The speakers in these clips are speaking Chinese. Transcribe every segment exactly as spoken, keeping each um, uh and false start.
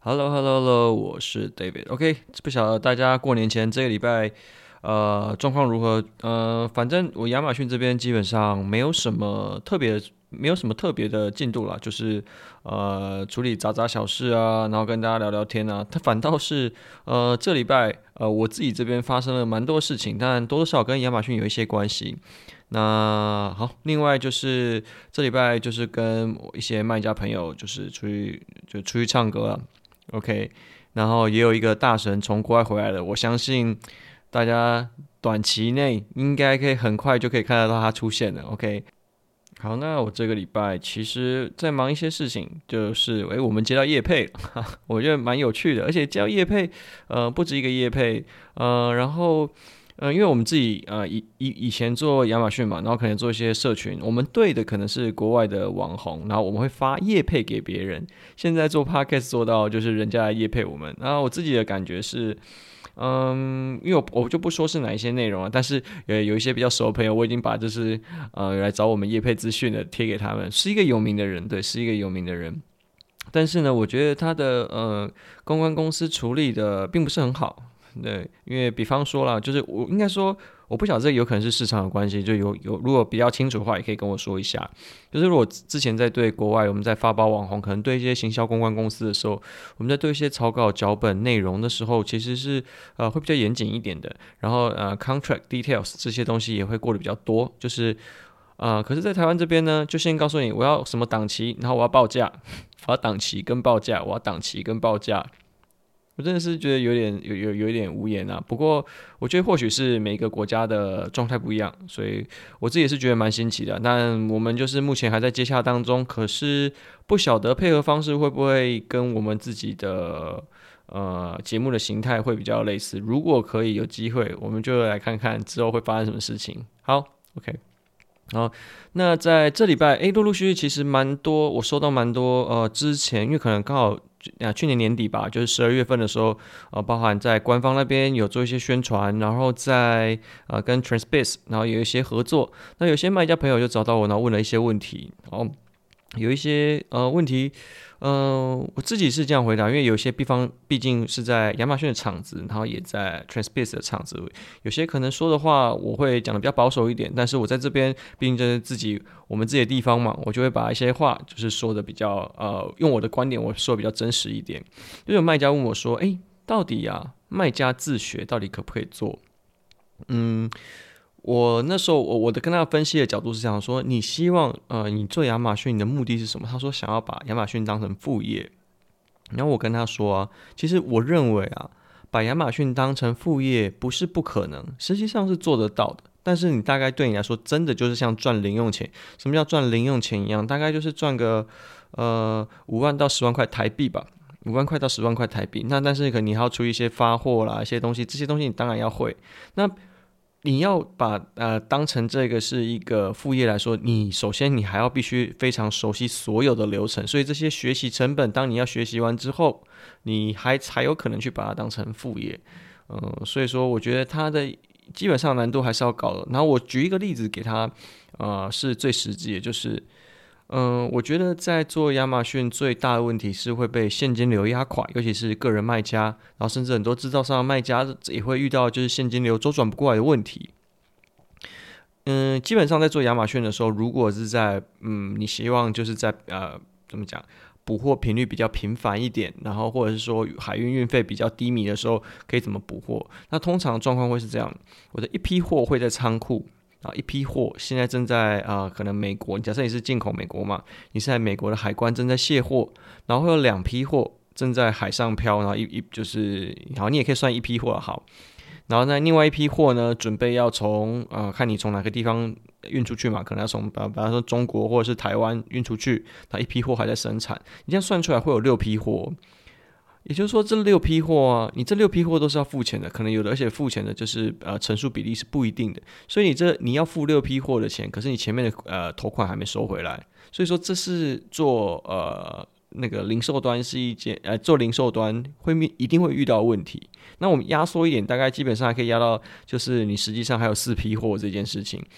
Hello Hello Hello，我是 David。OK，不晓得大家过年前这个礼拜呃状况如何？呃，反正我亚马逊这边基本上没有什么特别的，没有什么特别的进度啦，就是呃处理杂杂小事啊，然后跟大家聊聊天啊。它反倒是呃这礼拜呃我自己这边发生了蛮多事情，但多多少少跟亚马逊有一些关系。那好，另外就是这礼拜就是跟我一些卖家朋友就是出去就出去唱歌啊。OK，然后也有一个大神从国外回来了，我相信大家短期内应该可以很快就可以看得到他出现了。OK，好，那我这个礼拜其实在忙一些事情，就是诶，我们接到业配，我觉得蛮有趣的，而且接到业配，呃，不止一个业配，呃，然后。呃，因为我们自己呃以以以前做亚马逊嘛，然后可能做一些社群，我们对的可能是国外的网红，然后我们会发业配给别人。现在做 podcast 做到就是人家来业配我们，然后我自己的感觉是，嗯，因为我我就不说是哪一些内容了，但是有有一些比较熟的朋友，我已经把就是呃来找我们业配资讯的贴给他们，是一个有名的人，对，是一个有名的人。但是呢，我觉得他的呃公关公司处理的并不是很好，对，因为比方说啦，就是我应该说，我不晓得这有可能是市场的关系，就有有如果比较清楚的话，也可以跟我说一下。就是如果之前在对国外我们在发包网红，可能对一些行销公关公司的时候，我们在对一些草稿脚本内容的时候，其实是呃会比较严谨一点的，然后呃 contract details 这些东西也会过得比较多，就是呃，可是，在台湾这边呢，就先告诉你我要什么档期，然后我要报价，我要档期跟报价，我要档期跟报价，我真的是觉得有点有有有一点无言啊。不过，我觉得或许是每个国家的状态不一样，所以我自己也是觉得蛮新奇的。但我们就是目前还在接洽当中，可是不晓得配合方式会不会跟我们自己的呃节目的形态会比较类似。如果可以有机会，我们就来看看之后会发生什么事情。好，OK。好，那在这礼拜，诶，陆陆续续其实蛮多，我收到蛮多，呃，之前因为可能刚好啊去年年底吧，就是十二月份的时候，呃，包含在官方那边有做一些宣传，然后在呃跟 Transbase，然后有一些合作，那有些卖家朋友就找到我，然后问了一些问题，然后有一些呃问题。呃，我自己是这样回答，因为有些地方毕竟是在亚马逊的场子，然后也在 Transbase 的场子，有些可能说的话我会讲的比较保守一点，但是我在这边毕竟这是自己我们自己的地方嘛，我就会把一些话就是说的比较呃，用我的观点我说的比较真实一点。就有卖家问我说，诶，到底啊卖家自学到底可不可以做？嗯，我那时候我我的跟他分析的角度是这样说，你希望呃你做亚马逊你的目的是什么？他说想要把亚马逊当成副业，然后我跟他说啊，其实我认为啊，把亚马逊当成副业不是不可能，实际上是做得到的。但是你大概对你来说，真的就是像赚零用钱，什么叫赚零用钱一样，大概就是赚个呃五万到十万块台币吧，五万块到十万块台币。那但是可能你还要出一些发货啦，一些东西，这些东西你当然要会。那你要把呃当成这个是一个副业来说，你首先你还要必须非常熟悉所有的流程，所以这些学习成本，当你要学习完之后，你还才有可能去把它当成副业。嗯、呃，所以说我觉得它的基本上难度还是要高的。然后我举一个例子给他，呃，是最实际的，就是嗯，我觉得在做亚马逊最大的问题是会被现金流压垮，尤其是个人卖家，然后甚至很多制造商的卖家也会遇到就是现金流周转不过来的问题。嗯，基本上在做亚马逊的时候，如果是在嗯，你希望就是在呃怎么讲，补货频率比较频繁一点，然后或者是说海运运费比较低迷的时候，可以怎么补货？那通常状况会是这样：我的一批货会在仓库。啊，一批货现在正在啊、呃，可能美国，假设你是进口美国嘛，你是在美国的海关正在卸货，然后会有两批货正在海上漂，然后一一就是好，你也可以算一批货好，然后呢，另外一批货呢，准备要从呃，看你从哪个地方运出去嘛，可能要从比方说中国或者是台湾运出去，它一批货还在生产，你这样算出来会有六批货。也就是说，这六批货啊，你这六批货都是要付钱的，可能有的，而且付钱的就是呃乘数比例是不一定的，所以你这你要付六批货的钱，可是你前面的呃头款还没收回来，所以说这是做呃那个零售端是一件呃做零售端会一定会遇到的问题。那我们压缩一点，大概基本上还可以压到就是你实际上还有四批货这件事情。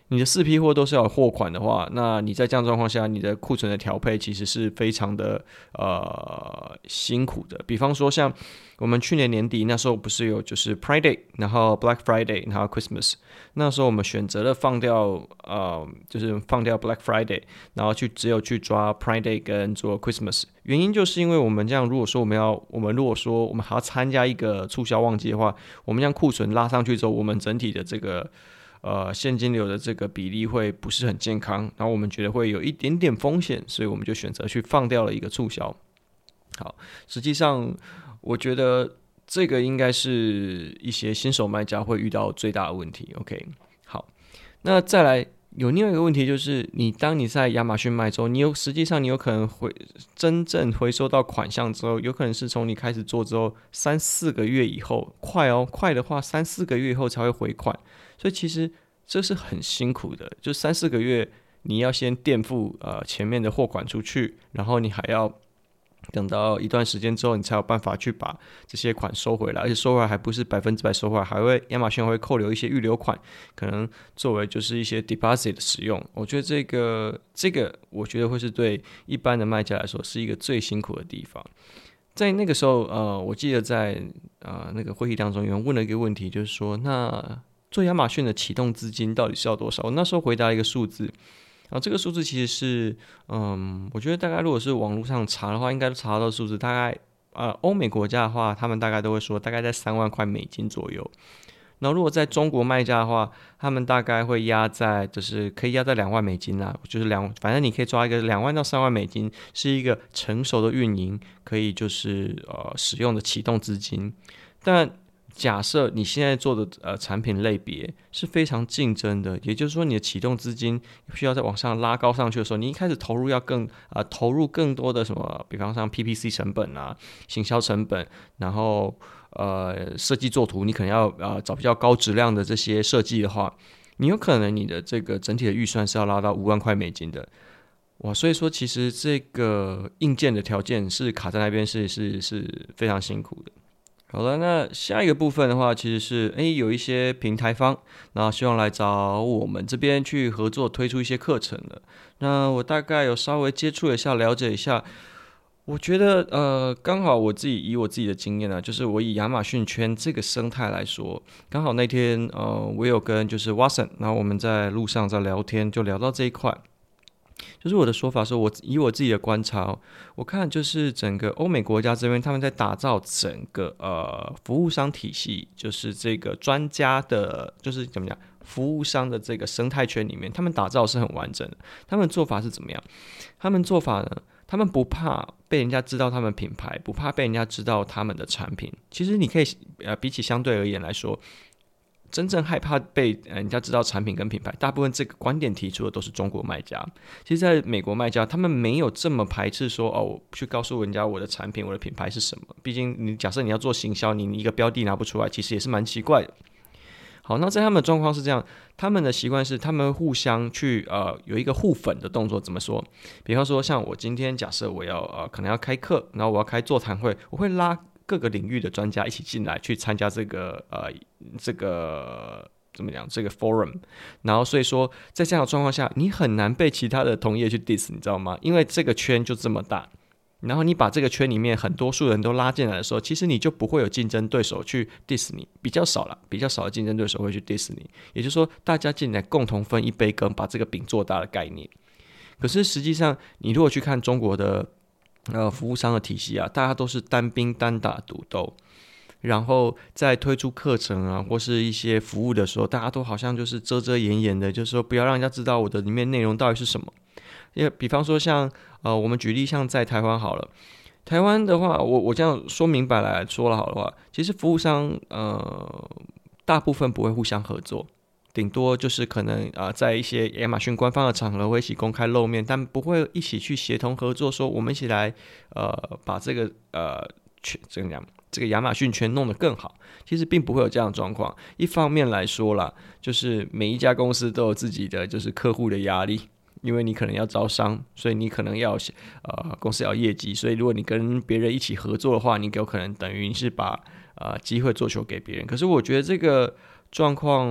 你的四批货都是要有货款的话，那你在这样状况下，你的库存的调配其实是非常的呃辛苦的。比方说像我们去年年底那时候不是有就是 Prime Day， 然后 Black Friday， 然后 Christmas， 那时候我们选择了放掉呃就是放掉 Black Friday， 然后去只有去抓 Prime Day 跟做 Christmas。原因就是因为我们这样，如果说我们要我们如果说我们还要参加一个促销旺季的话，我们将库存拉上去之后，我们整体的这个呃现金流的这个比例会不是很健康，然后我们觉得会有一点点风险，所以我们就选择去放掉了一个促销。好，实际上我觉得这个应该是一些新手卖家会遇到最大的问题。OK， 好，那再来有另外一个问题就是，你当你在亚马逊卖之后，你有实际上你有可能回真正回收到款项之后，有可能是从你开始做之后三四个月以后，快哦，快的话三四个月以后才会回款，所以其实这是很辛苦的，就三四个月你要先垫付呃前面的货款出去，然后你还要等到一段时间之后，你才有办法去把这些款收回来，而且收回来还不是百分之百收回来，还会亚马逊会扣留一些预留款，可能作为就是一些 deposit 的使用。我觉得这个这个，我觉得会是对一般的卖家来说是一个最辛苦的地方。在那个时候，呃，我记得在呃那个会议当中，有人问了一个问题，就是说，那做亚马逊的启动资金到底是要多少？我那时候回答一个数字。啊，这个数字其实是，嗯，我觉得大概如果是网络上查的话，应该都查得到数字。大概，呃，欧美国家的话，他们大概都会说，大概在三万块美金左右。然后如果在中国卖家的话，他们大概会压在，就是可以压在两万美金啦，就是两，反正你可以抓一个两万到三万美金，是一个成熟的运营可以就是呃使用的启动资金，但。假设你现在做的呃产品类别是非常竞争的，也就是说你的启动资金需要再往上拉高上去的时候，你一开始投入要更呃投入更多的什么，比方像 P P C 成本啊、行销成本，然后呃设计作图，你可能要呃找比较高质量的这些设计的话，你有可能你的这个整体的预算是要拉到五万块美金的。哇，所以说其实这个硬件的条件是卡在那边是是是非常辛苦的。好了，那下一个部分的话，其实是诶有一些平台方，然后希望来找我们这边去合作推出一些课程的。那我大概有稍微接触一下，了解一下。我觉得呃，刚好我自己以我自己的经验啊，就是我以亚马逊圈这个生态来说，刚好那天呃，我有跟就是 Watson， 然后我们在路上在聊天，就聊到这一块。就是我的说法是，我以我自己的观察，我看就是整个欧美国家这边，他们在打造整个呃服务商体系，就是这个专家的，就是怎么讲，服务商的这个生态圈里面，他们打造是很完整的。他们做法是怎么样？他们做法呢？他们不怕被人家知道他们品牌，不怕被人家知道他们的产品。其实你可以呃，比起相对而言来说。真正害怕被人家知道产品跟品牌，大部分这个观点提出的都是中国卖家。其实，在美国卖家，他们没有这么排斥说哦，我去告诉人家我的产品、我的品牌是什么。毕竟，你假设你要做行销，你一个标的拿不出来，其实也是蛮奇怪的。好，那在他们的状况是这样，他们的习惯是他们互相去呃有一个互粉的动作。怎么说？比方说，像我今天假设我要呃可能要开课，然后我要开座谈会，我会拉。各个领域的专家一起进来去参加这个呃这个怎么讲这个 forum， 然后所以说在这样的状况下，你很难被其他的同业去 diss， 你知道吗？因为这个圈就这么大，然后你把这个圈里面很多数人都拉进来的时候，其实你就不会有竞争对手去 diss 你，比较少了，比较少的竞争对手会去 diss 你，也就是说大家进来共同分一杯羹，把这个饼做大的概念。可是实际上，你如果去看中国的。呃，服务商的体系啊，大家都是单兵单打独斗，然后在推出课程啊，或是一些服务的时候，大家都好像就是遮遮掩掩的，就是说不要让人家知道我的里面内容到底是什么。因为比方说像呃，我们举例像在台湾好了，台湾的话，我我这样说明白来说了好的话，其实服务商呃大部分不会互相合作。顶多就是可能呃，在一些亚马逊官方的场合会一起公开露面，但不会一起去协同合作，说我们一起来呃把这个呃怎么讲这个亚马逊圈弄得更好。其实并不会有这样的状况。一方面来说啦，就是每一家公司都有自己的就是客户的压力，因为你可能要招商，所以你可能要呃公司要业绩，所以如果你跟别人一起合作的话，你有可能等于是把呃机会做球给别人。可是我觉得这个状况。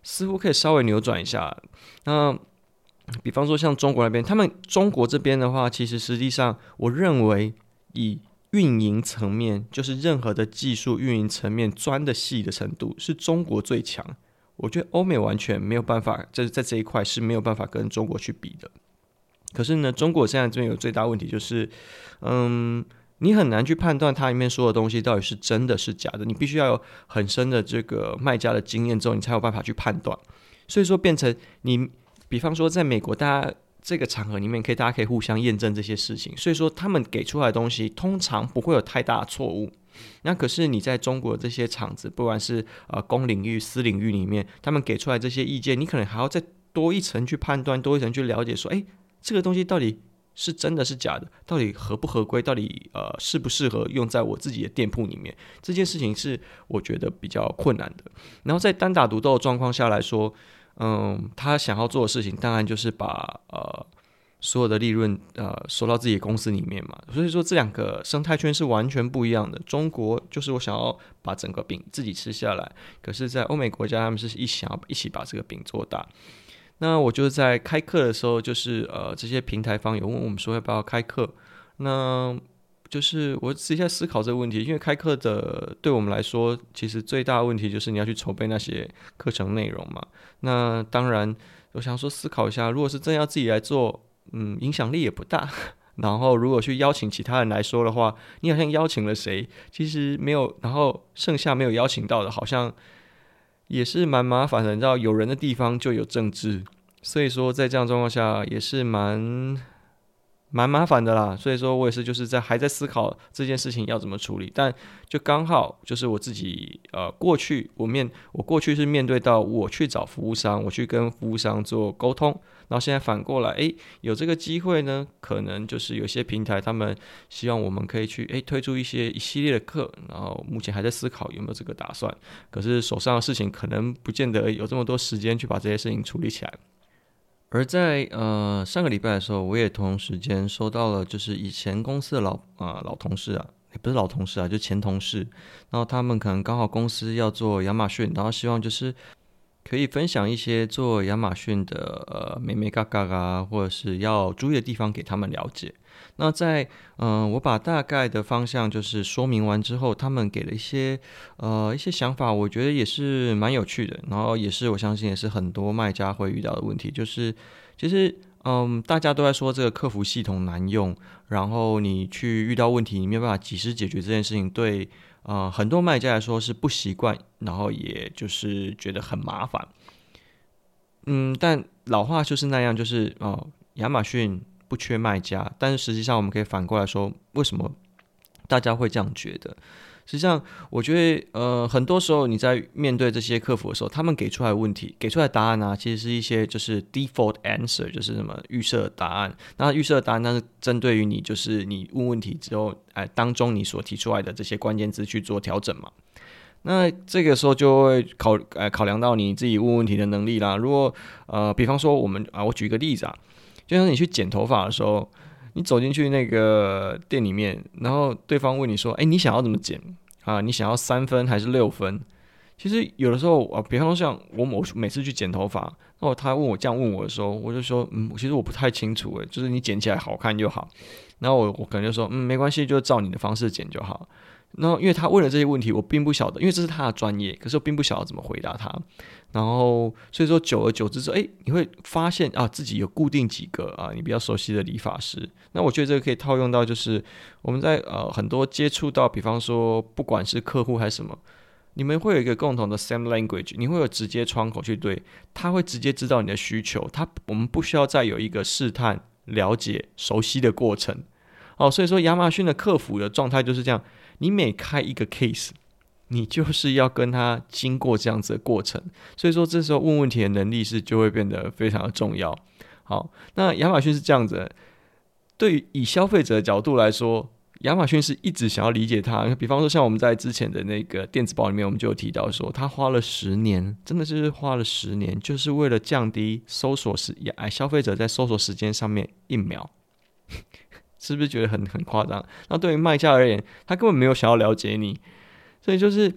似乎可以稍微扭转一下。那比方说像中国那边，他们中国这边的话，其实实际上我认为以运营层面，就是任何的技术运营层面钻的细的程度，是中国最强。我觉得欧美完全没有办法，就是在这一块是没有办法跟中国去比的。可是呢，中国现在这边有最大问题就是，嗯，你很难去判断它里面说的东西到底是真的是假的，你必须要有很深的这个卖家的经验之后，你才有办法去判断。所以说变成你，比方说在美国，大家这个场合里面可以大家可以互相验证这些事情，所以说他们给出来的东西通常不会有太大的错误。那可是你在中国这些场子，不管是呃公领域、私领域里面，他们给出来这些意见，你可能还要再多一层去判断，多一层去了解，说，哎，这个东西到底是真的是假的，到底合不合规，到底呃适不适合用在我自己的店铺里面，这件事情是我觉得比较困难的。然后在单打独斗的状况下来说，嗯，他想要做的事情，当然就是把呃。所有的利润呃收到自己的公司里面嘛，所以说这两个生态圈是完全不一样的。中国就是我想要把整个饼自己吃下来，可是在欧美国家他们是一想要一起把这个饼做大。那我就在开课的时候，就是呃这些平台方有问我们说要不要开课，那就是我自己在思考这个问题，因为开课的对我们来说，其实最大的问题就是你要去筹备那些课程内容嘛。那当然，我想说思考一下，如果是真要自己来做。嗯，影响力也不大。然后如果去邀请其他人来说的话，你好像邀请了谁，其实没有，然后剩下没有邀请到的，好像也是蛮麻烦的。你知道，有人的地方就有政治，所以说在这样状况下也是蛮蛮麻烦的啦。所以说我也是就是在还在思考这件事情要怎么处理，但就刚好就是我自己呃过去我面我过去是面对到我去找服务商，我去跟服务商做沟通，然后现在反过来，哎，有这个机会呢，可能就是有些平台他们希望我们可以去哎推出一些一系列的课，然后目前还在思考有没有这个打算，可是手上的事情可能不见得有这么多时间去把这些事情处理起来。而在呃上个礼拜的时候，我也同时间收到了，就是以前公司的老啊、呃、老同事啊，也不是老同事啊，就前同事，然后他们可能刚好公司要做亚马逊，然后希望就是可以分享一些做亚马逊的呃美美嘎嘎啊，或者是要注意的地方给他们了解。那在嗯、呃，我把大概的方向就是说明完之后，他们给了一些呃一些想法，我觉得也是蛮有趣的。然后也是我相信也是很多卖家会遇到的问题，就是其实嗯大家都在说这个客服系统难用，然后你去遇到问题你没有办法及时解决这件事情，对呃很多卖家来说是不习惯，然后也就是觉得很麻烦。嗯，但老话就是那样，就是哦，亚马逊不缺卖家，但是实际上我们可以反过来说，为什么大家会这样觉得？实际上，我觉得呃，很多时候你在面对这些客服的时候，他们给出来的问题、给出来的答案呢、啊，其实是一些就是 default answer， 就是什么预设答案。那预设答案那是针对于你，就是你问问题之后，哎、呃，当中你所提出来的这些关键字去做调整嘛。那这个时候就会考呃考量到你自己问问题的能力啦。如果呃，比方说我们啊，我举个例子啊，就像你去剪头发的时候，你走进去那个店里面，然后对方问你说：“哎，你想要怎么剪啊？你想要三分还是六分？”其实有的时候啊，比方说像我某每次去剪头发，然后他问我这样问我的时候，我就说：“嗯，其实我不太清楚，诶，就是你剪起来好看就好。”然后我我可能就说：“嗯，没关系，就照你的方式剪就好。”然后因为他问了这些问题，我并不晓得，因为这是他的专业，可是我并不晓得怎么回答他。然后所以说久而久之之后，哎，你会发现啊，自己有固定几个啊你比较熟悉的理发师。那我觉得这个可以套用到，就是我们在呃很多接触到，比方说不管是客户还是什么，你们会有一个共同的 same language， 你会有直接窗口去对，他会直接知道你的需求，他我们不需要再有一个试探、了解、熟悉的过程。哦，所以说亚马逊的客服的状态就是这样。你每开一个 case， 你就是要跟他经过这样子的过程，所以说这时候问问题的能力是就会变得非常的重要。好，那亚马逊是这样子的，对于以消费者的角度来说，亚马逊是一直想要理解它。比方说像我们在之前的那个电子报里面，我们就有提到说，他花了十年，真的是花了十年，就是为了降低搜索时消费者在搜索时间上面一秒。是不是觉得很很夸张？那对于卖家而言，他根本没有想要了解你，所以就是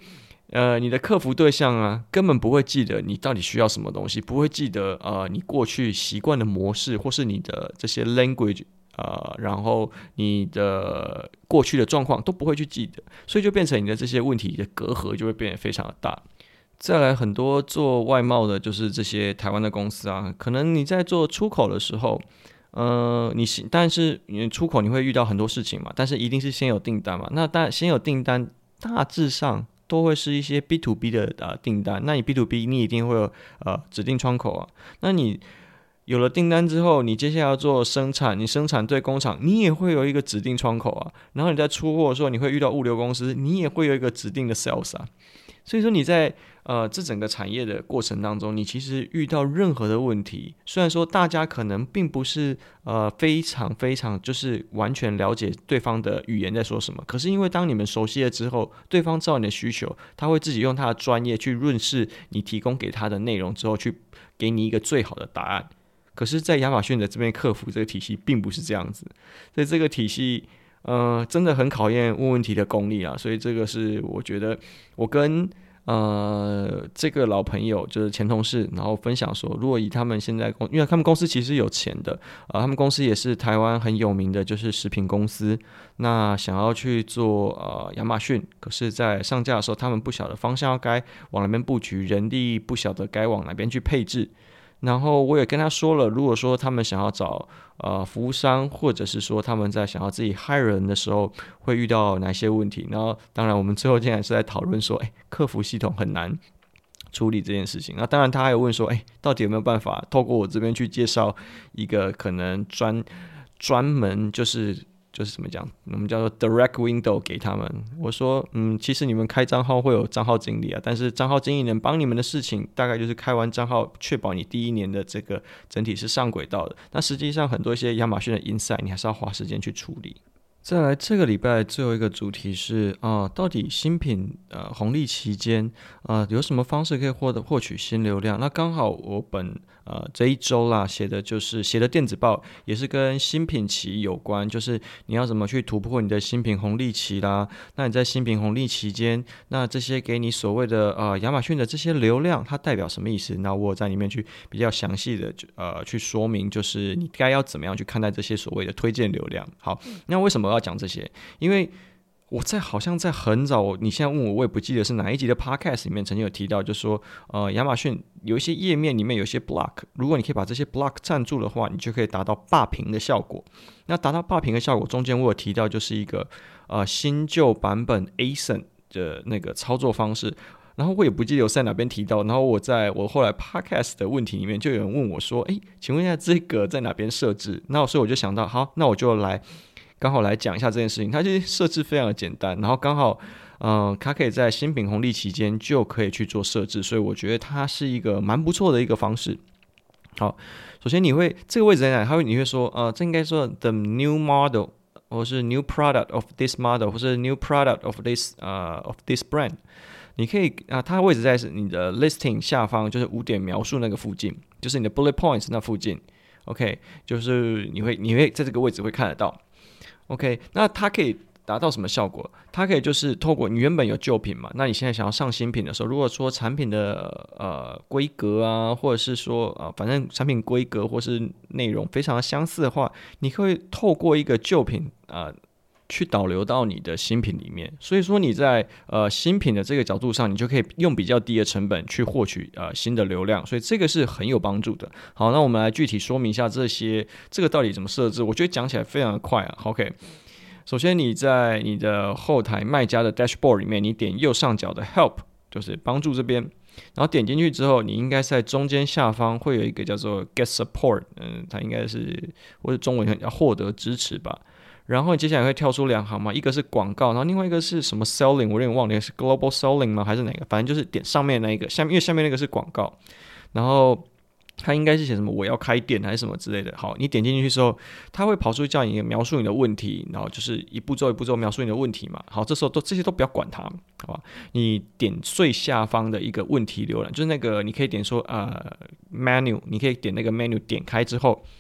呃，你的客服对象啊，根本不会记得你到底需要什么东西，不会记得呃你过去习惯的模式，或是你的这些 language，呃，然后你的过去的状况都不会去记得，所以就变成你的这些问题的隔阂就会变得非常的大。再来，很多做外贸的，就是这些台湾的公司啊，可能你在做出口的时候，呃，你但是你出口你会遇到很多事情嘛，但是一定是先有订单嘛，那但先有订单，大致上都会是一些 B to B 的呃订单，那你 B to B 你一定会有呃指定窗口啊，那你有了订单之后，你接下来要做生产，你生产对工厂，你也会有一个指定窗口啊，然后你在出货的时候，你会遇到物流公司，你也会有一个指定的 sales 啊，所以说你在呃这整个产业的过程当中，你其实遇到任何的问题，虽然说大家可能并不是呃非常非常就是完全了解对方的语言在说什么，可是因为当你们熟悉了之后，对方知道你的需求，他会自己用他的专业去润饰你提供给他的内容之后，去给你一个最好的答案。可是，在亚马逊的这边客服这个体系并不是这样子，所以这个体系呃真的很考验问问题的功力啊。所以这个是我觉得我跟呃这个老朋友就是前同事，然后分享说，如果以他们现在公，因为他们公司其实有钱的，呃，他们公司也是台湾很有名的，就是食品公司。那想要去做呃亚马逊，可是，在上架的时候，他们不晓得方向要该往哪边布局，人力不晓得该往哪边去配置。然后我也跟他说了，如果说他们想要找呃服务商，或者是说他们在想要自己 hire 人的时候，会遇到哪些问题？然后当然我们最后竟然是在讨论说，哎，客服系统很难处理这件事情。那当然他还有问说，哎，到底有没有办法透过我这边去介绍一个可能专专门就是就是怎么讲，我们叫做 direct window 给他们。我说，嗯，其实你们开账号会有账号经理啊，但是账号经理能帮你们的事情，大概就是开完账号，确保你第一年的这个整体是上轨道的。那实际上很多一些亚马逊的 insight， 你还是要花时间去处理。再来，这个礼拜最后一个主题是啊、呃，到底新品呃红利期间啊、呃、有什么方式可以获得获取新流量？那刚好我本呃这一周啦写的就是写的电子报也是跟新品期有关，就是你要怎么去突破你的新品红利期啦。那你在新品红利期间，那这些给你所谓的呃亚马逊的这些流量，它代表什么意思？那我在里面去比较详细的呃去说明，就是你该要怎么样去看待这些所谓的推荐流量。好，那为什么我要讲这些？因为我在好像在很早，你现在问我，我也不记得是哪一集的 podcast 里面曾经有提到，就是说，呃，亚马逊有一些页面里面有一些 block， 如果你可以把这些 block 占住的话，你就可以达到霸屏的效果。那达到霸屏的效果，中间我有提到，就是一个呃新旧版本 A S I N 的那个操作方式。然后我也不记得有在哪边提到，然后我在我后来 podcast 的问题里面，就有人问我说：“哎，请问一下这个在哪边设置？”那所以我就想到，好，那我就来。刚好来讲一下这件事情，它其实设置非常的简单，然后刚好，嗯、呃，它可以在新品红利期间就可以去做设置，所以我觉得它是一个蛮不错的一个方式。好，首先你会这个位置在哪？它会你会说，呃，这应该说 the new model， 或是 new product of this model， 或是 new product of this 呃、uh, of this brand。你可以啊，它的位置在你的 listing 下方，就是五点描述那个附近，就是你的 bullet points 那附近。OK， 就是你会你会在这个位置会看得到。OK， 那它可以达到什么效果？它可以就是透过你原本有旧品嘛，那你现在想要上新品的时候，如果说产品的呃规格啊，或者是说呃反正产品规格或是内容非常的相似的话，你可以透过一个旧品啊。呃去导流到你的新品里面，所以说你在呃新品的这个角度上，你就可以用比较低的成本去获取呃新的流量，所以这个是很有帮助的。好，那我们来具体说明一下这些这个到底怎么设置。我觉得讲起来非常的快啊。OK， 首先你在你的后台卖家的 dashboard 里面，你点右上角的 Help， 就是帮助这边。然后点进去之后，你应该在中间下方会有一个叫做 Get Support， 嗯，它应该是或者中文叫获得支持吧。然后接下来会跳出两行嘛，一个是广告，然后另外一个是什么 selling， 我有点忘了，是 global selling 吗？还是哪个？反正就是点上面那一个，下面因为下面那个是广告，然后它应该是写什么我要开店还是什么之类的。好，你点进去之后，它会跑出叫你描述你的问题，然后就是一步骤一步骤描述你的问题嘛。好，这时候都这些都不要管它，好吧？你点最下方的一个问题浏览，就是那个你可以点说呃 menu， 你可以点那个 menu 点开之后。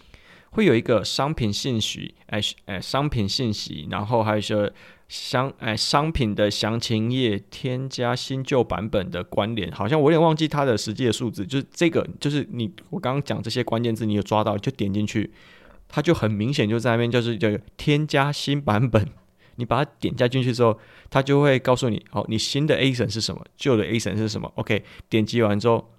会有一个商品信息，哎哎，商品信息，然后还有说商哎商品的详情页，添加新旧版本的关联，好像我有点忘记它的实际的数字，就是这个，就是你我刚刚讲这些关键字，你有抓到就点进去，它就很明显就在那边，就是这个添加新版本。你把它点加进去之后，它就会告诉你，哦，你新的 A 省是什么，旧的 A 省是什么。OK， 点击完之后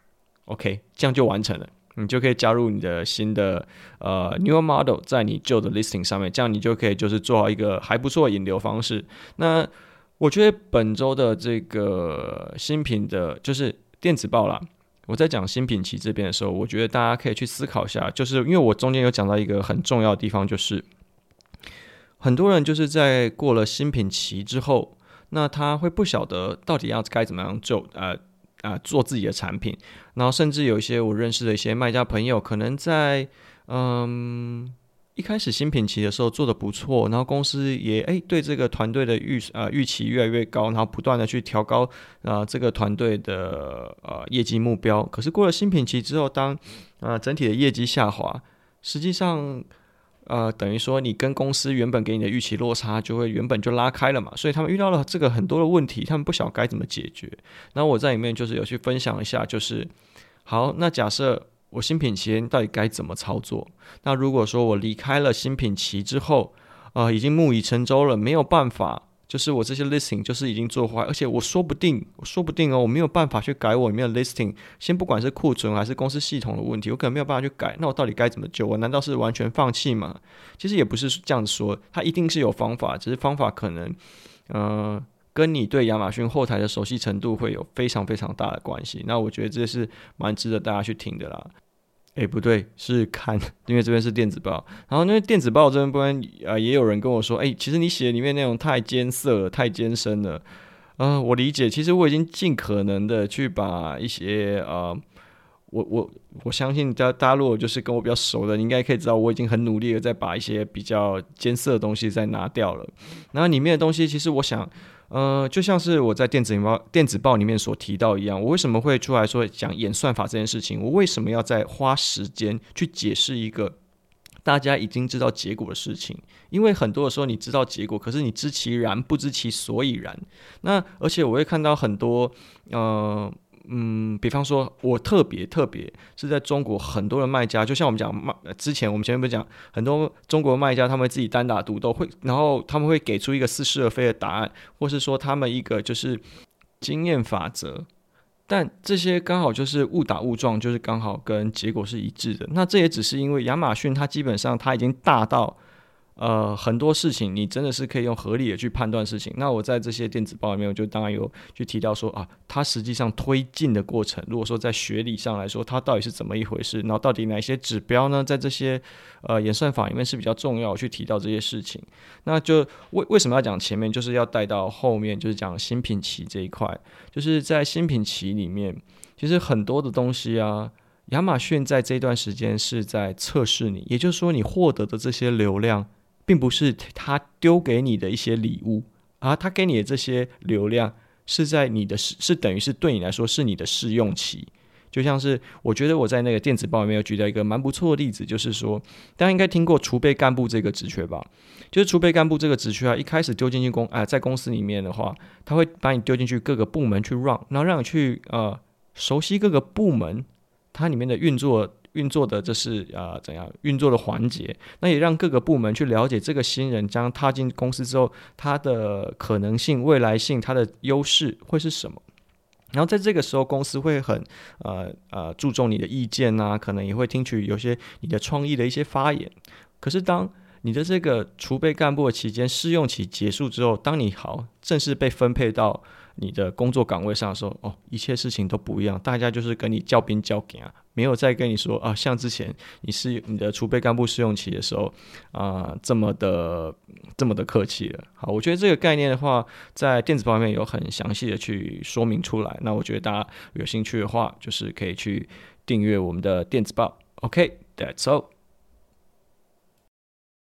，OK， 这样就完成了，你就可以加入你的新的呃 newer model 在你旧的 listing 上面，这样你就可以就是做好一个还不错的引流方式。那我觉得本周的这个新品的，就是电子报啦。我在讲新品期这边的时候，我觉得大家可以去思考一下，就是因为我中间有讲到一个很重要的地方，就是很多人就是在过了新品期之后，那他会不晓得到底要该怎么样做呃呃做自己的产品，然后甚至有一些我认识的一些卖家朋友，可能在嗯一开始新品期的时候做得不错，然后公司也哎对这个团队的预呃预期越来越高，然后不断的去调高啊、呃、这个团队的呃业绩目标。可是过了新品期之后，当呃整体的业绩下滑，实际上。呃，等于说你跟公司原本给你的预期落差就会原本就拉开了嘛，所以他们遇到了这个很多的问题，他们不晓得该怎么解决。然后我在里面就是有去分享一下，就是好，那假设我新品期到底该怎么操作？那如果说我离开了新品期之后，呃，已经木已成舟了，没有办法。就是我这些 listing 就是已经做坏，而且我说不定，我说不定哦，我没有办法去改我里面的 listing。先不管是库存还是公司系统的问题，我可能没有办法去改。那我到底该怎么救？我难道是完全放弃吗？其实也不是这样子说，它一定是有方法，只是方法可能，呃，跟你对亚马逊后台的熟悉程度会有非常非常大的关系。那我觉得这是蛮值得大家去听的啦。哎，不对，是看，因为这边是电子报，然后因为电子报这边呃也有人跟我说，哎，其实你写的里面内容太艰涩了，太艰深了。呃，我理解，其实我已经尽可能的去把一些呃，我我我相信大家大家如果就是跟我比较熟的，你应该可以知道，我已经很努力的在把一些比较艰涩的东西再拿掉了。然后里面的东西，其实我想。呃，就像是我在电子报电子报里面所提到一样，我为什么会出来说讲演算法这件事情？我为什么要再花时间去解释一个大家已经知道结果的事情？因为很多的时候你知道结果，可是你知其然不知其所以然。那而且我会看到很多呃。嗯，比方说，我特别特别是在中国，很多的卖家，就像我们讲卖之前，我们前面不是讲很多中国卖家，他们自己单打独斗，会，然后他们会给出一个似是而非的答案，或是说他们一个就是经验法则，但这些刚好就是误打误撞，就是刚好跟结果是一致的。那这也只是因为亚马逊它基本上它已经大到。呃，很多事情你真的是可以用合理的去判断事情。那我在这些电子报里面，我就当然有去提到说啊，它实际上推进的过程，如果说在学理上来说，它到底是怎么一回事，然后到底哪些指标呢，在这些呃演算法里面是比较重要，我去提到这些事情。那就为为什么要讲前面，就是要带到后面，就是讲新品期这一块，就是在新品期里面，其实很多的东西啊。亚马逊在这段时间是在测试你，也就是说，你获得的这些流量。并不是他丢给你的一些礼物，而他给你的这些流量是在你的是等于是对你来说是你的试用期。就像是我觉得我在那个电子报里面有举到一个蛮不错的例子，就是说大家应该听过储备干部这个职缺吧？就是储备干部这个职缺啊，一开始丢进去公啊、呃，在公司里面的话，他会把你丢进去各个部门去 run， 然后让你去呃熟悉各个部门它里面的运作。运作的这是呃怎样运作的环节，那也让各个部门去了解这个新人将踏进公司之后，他的可能性、未来性、他的优势会是什么？然后在这个时候，公司会很呃呃注重你的意见啊，可能也会听取有些你的创意的一些发言。可是当你的这个储备干部的期间试用期结束之后，当你好正式被分配到你的工作岗位上的时候，哦，一切事情都不一样，大家就是跟你叫兵叫将啊，没有再跟你说啊，像之前你是你的储备干部试用期的时候啊、呃，这么的这么的客气了。好，我觉得这个概念的话，在电子报里面有很详细的去说明出来。那我觉得大家有兴趣的话，就是可以去订阅我们的电子报。OK，that's all。